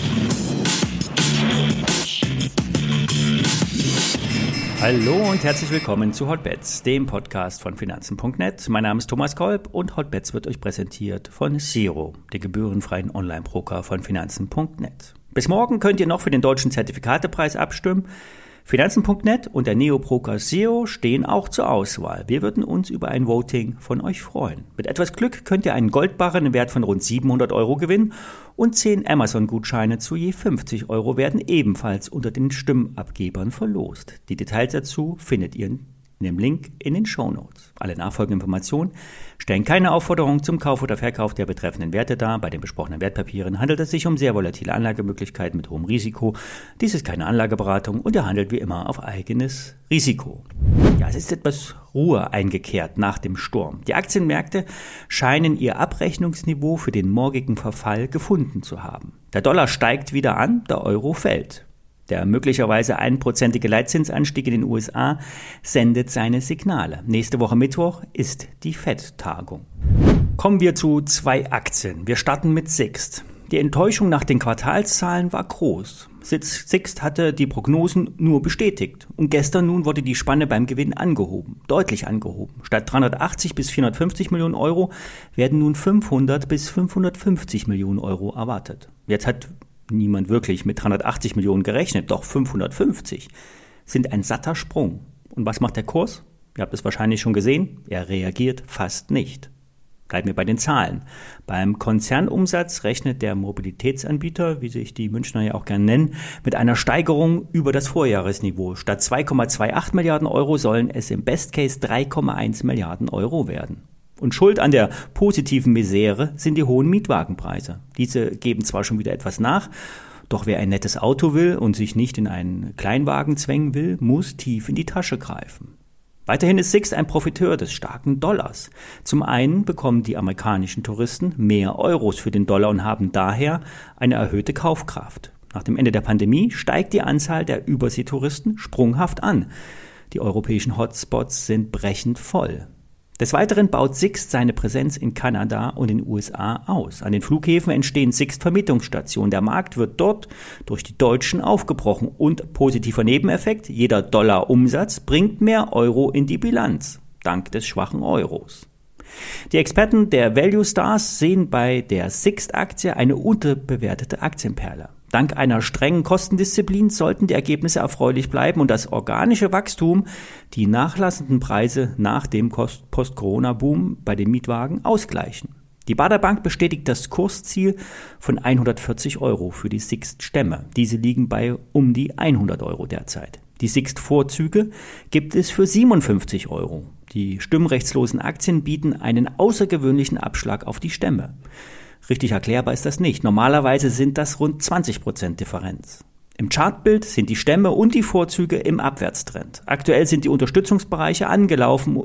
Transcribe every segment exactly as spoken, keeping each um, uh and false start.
Hallo und herzlich willkommen zu Hotbets, dem Podcast von Finanzen punkt net. Mein Name ist Thomas Kolb und Hotbets wird euch präsentiert von Xero, der gebührenfreien Online-Broker von Finanzen punkt net. Bis morgen könnt ihr noch für den deutschen Zertifikatepreis abstimmen. Finanzen punkt net und der Neo-Broker Xero stehen auch zur Auswahl. Wir würden uns über ein Voting von euch freuen. Mit etwas Glück könnt ihr einen Goldbarren im Wert von rund siebenhundert Euro gewinnen und zehn Amazon-Gutscheine zu je fünfzig Euro werden ebenfalls unter den Stimmabgebern verlost. Die Details dazu findet ihr in dem Link in den Shownotes. Alle nachfolgenden Informationen stellen keine Aufforderung zum Kauf oder Verkauf der betreffenden Werte dar. Bei den besprochenen Wertpapieren handelt es sich um sehr volatile Anlagemöglichkeiten mit hohem Risiko. Dies ist keine Anlageberatung und ihr handelt wie immer auf eigenes Risiko. Ja, es ist etwas Ruhe eingekehrt nach dem Sturm. Die Aktienmärkte scheinen ihr Abrechnungsniveau für den morgigen Verfall gefunden zu haben. Der Dollar steigt wieder an, der Euro fällt. Der möglicherweise einprozentige Leitzinsanstieg in den U S A sendet seine Signale. Nächste Woche Mittwoch ist die Fed-Tagung. Kommen wir zu zwei Aktien. Wir starten mit Sixt. Die Enttäuschung nach den Quartalszahlen war groß. Sixt hatte die Prognosen nur bestätigt. Und gestern nun wurde die Spanne beim Gewinn angehoben, deutlich angehoben. Statt dreihundertachtzig bis vierhundertfünfzig Millionen Euro werden nun fünfhundert bis fünfhundertfünfzig Millionen Euro erwartet. Jetzt hat niemand wirklich mit dreihundertachtzig Millionen gerechnet, doch fünfhundertfünfzig sind ein satter Sprung. Und was macht der Kurs? Ihr habt es wahrscheinlich schon gesehen, er reagiert fast nicht. Bleiben wir bei den Zahlen. Beim Konzernumsatz rechnet der Mobilitätsanbieter, wie sich die Münchner ja auch gerne nennen, mit einer Steigerung über das Vorjahresniveau. Statt zwei Komma achtundzwanzig Milliarden Euro sollen es im Best Case drei Komma eins Milliarden Euro werden. Und schuld an der positiven Misere sind die hohen Mietwagenpreise. Diese geben zwar schon wieder etwas nach, doch wer ein nettes Auto will und sich nicht in einen Kleinwagen zwängen will, muss tief in die Tasche greifen. Weiterhin ist Sixt ein Profiteur des starken Dollars. Zum einen bekommen die amerikanischen Touristen mehr Euros für den Dollar und haben daher eine erhöhte Kaufkraft. Nach dem Ende der Pandemie steigt die Anzahl der Überseetouristen sprunghaft an. Die europäischen Hotspots sind brechend voll. Des Weiteren baut Sixt seine Präsenz in Kanada und den U S A aus. An den Flughäfen entstehen Sixt-Vermietungsstationen. Der Markt wird dort durch die Deutschen aufgebrochen. Und positiver Nebeneffekt, jeder Dollar Umsatz bringt mehr Euro in die Bilanz, dank des schwachen Euros. Die Experten der Value Stars sehen bei der Sixt-Aktie eine unterbewertete Aktienperle. Dank einer strengen Kostendisziplin sollten die Ergebnisse erfreulich bleiben und das organische Wachstum die nachlassenden Preise nach dem Post-Corona-Boom bei den Mietwagen ausgleichen. Die Baader Bank bestätigt das Kursziel von hundertvierzig Euro für die Sixt-Stämme. Diese liegen bei um die hundert Euro derzeit. Die Sixt-Vorzüge gibt es für siebenundfünfzig Euro. Die stimmrechtslosen Aktien bieten einen außergewöhnlichen Abschlag auf die Stämme. Richtig erklärbar ist das nicht. Normalerweise sind das rund zwanzig Prozent Differenz. Im Chartbild sind die Stämme und die Vorzüge im Abwärtstrend. Aktuell sind die Unterstützungsbereiche angelaufen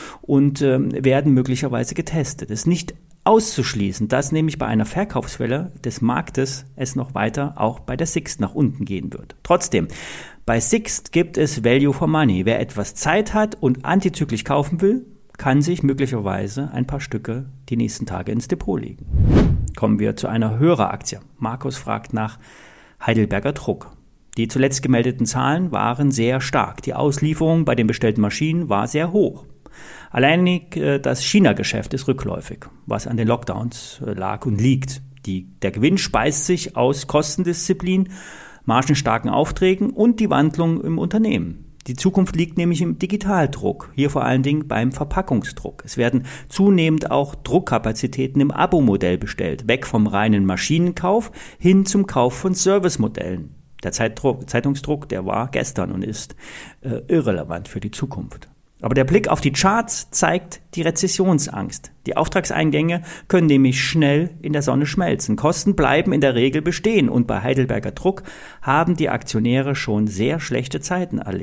und äh, werden möglicherweise getestet. Es ist nicht auszuschließen, dass nämlich bei einer Verkaufswelle des Marktes es noch weiter auch bei der Sixt nach unten gehen wird. Trotzdem, bei Sixt gibt es Value for Money. Wer etwas Zeit hat und antizyklisch kaufen will, kann sich möglicherweise ein paar Stücke die nächsten Tage ins Depot legen. Kommen wir zu einer Höreraktie. Markus fragt nach Heidelberger Druck. Die zuletzt gemeldeten Zahlen waren sehr stark. Die Auslieferung bei den bestellten Maschinen war sehr hoch. Alleinig das China-Geschäft ist rückläufig, was an den Lockdowns lag und liegt. Die, der Gewinn speist sich aus Kostendisziplin, margenstarken Aufträgen und die Wandlung im Unternehmen. Die Zukunft liegt nämlich im Digitaldruck, hier vor allen Dingen beim Verpackungsdruck. Es werden zunehmend auch Druckkapazitäten im Abo-Modell bestellt, weg vom reinen Maschinenkauf hin zum Kauf von Servicemodellen. Der Zeitdruck, Zeitungsdruck, der war gestern und ist äh, irrelevant für die Zukunft. Aber der Blick auf die Charts zeigt die Rezessionsangst. Die Auftragseingänge können nämlich schnell in der Sonne schmelzen. Kosten bleiben in der Regel bestehen und bei Heidelberger Druck haben die Aktionäre schon sehr schlechte Zeiten erlebt.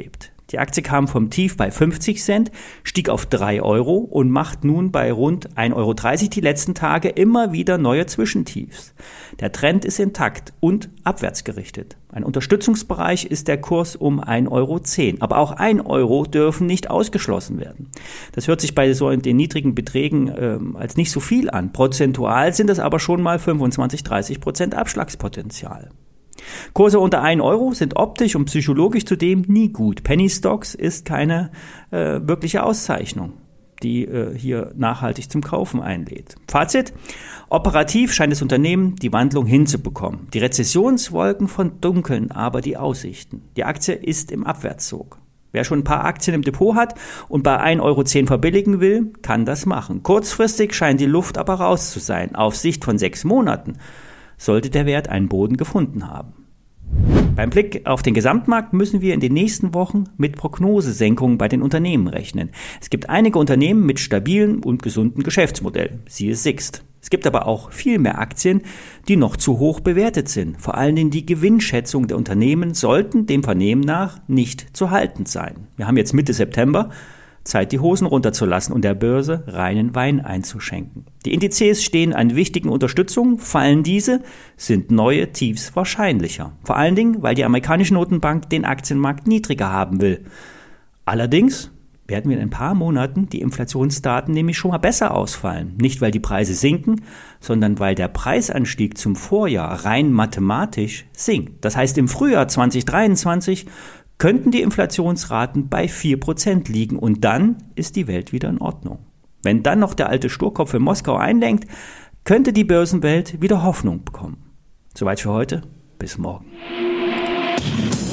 Die Aktie kam vom Tief bei fünfzig Cent, stieg auf drei Euro und macht nun bei rund ein Euro dreißig die letzten Tage immer wieder neue Zwischentiefs. Der Trend ist intakt und abwärts gerichtet. Ein Unterstützungsbereich ist der Kurs um ein Euro zehn. Aber auch ein Euro dürfen nicht ausgeschlossen werden. Das hört sich bei so den niedrigen Beträgen äh, als nicht so viel an. Prozentual sind es aber schon mal fünfundzwanzig, dreißig Prozent Abschlagspotenzial. Kurse unter ein Euro sind optisch und psychologisch zudem nie gut. Penny Stocks ist keine äh, wirkliche Auszeichnung, die äh, hier nachhaltig zum Kaufen einlädt. Fazit: Operativ scheint das Unternehmen die Wandlung hinzubekommen. Die Rezessionswolken verdunkeln aber die Aussichten. Die Aktie ist im Abwärtszug. Wer schon ein paar Aktien im Depot hat und bei ein Euro zehn verbilligen will, kann das machen. Kurzfristig scheint die Luft aber raus zu sein. Auf Sicht von sechs Monaten sollte der Wert einen Boden gefunden haben. Beim Blick auf den Gesamtmarkt müssen wir in den nächsten Wochen mit Prognosesenkungen bei den Unternehmen rechnen. Es gibt einige Unternehmen mit stabilen und gesunden Geschäftsmodellen, siehe Sixt. Es gibt aber auch viel mehr Aktien, die noch zu hoch bewertet sind. Vor allen Dingen die Gewinnschätzung der Unternehmen sollten dem Vernehmen nach nicht zu halten sein. Wir haben jetzt Mitte September. Zeit, die Hosen runterzulassen und der Börse reinen Wein einzuschenken. Die Indizes stehen an wichtigen Unterstützungen, fallen diese, sind neue Tiefs wahrscheinlicher. Vor allen Dingen, weil die amerikanische Notenbank den Aktienmarkt niedriger haben will. Allerdings werden wir in ein paar Monaten die Inflationsdaten nämlich schon mal besser ausfallen. Nicht, weil die Preise sinken, sondern weil der Preisanstieg zum Vorjahr rein mathematisch sinkt. Das heißt, im Frühjahr zwanzig dreiundzwanzig könnten die Inflationsraten bei vier Prozent liegen und dann ist die Welt wieder in Ordnung. Wenn dann noch der alte Sturkopf in Moskau einlenkt, könnte die Börsenwelt wieder Hoffnung bekommen. Soweit für heute. Bis morgen.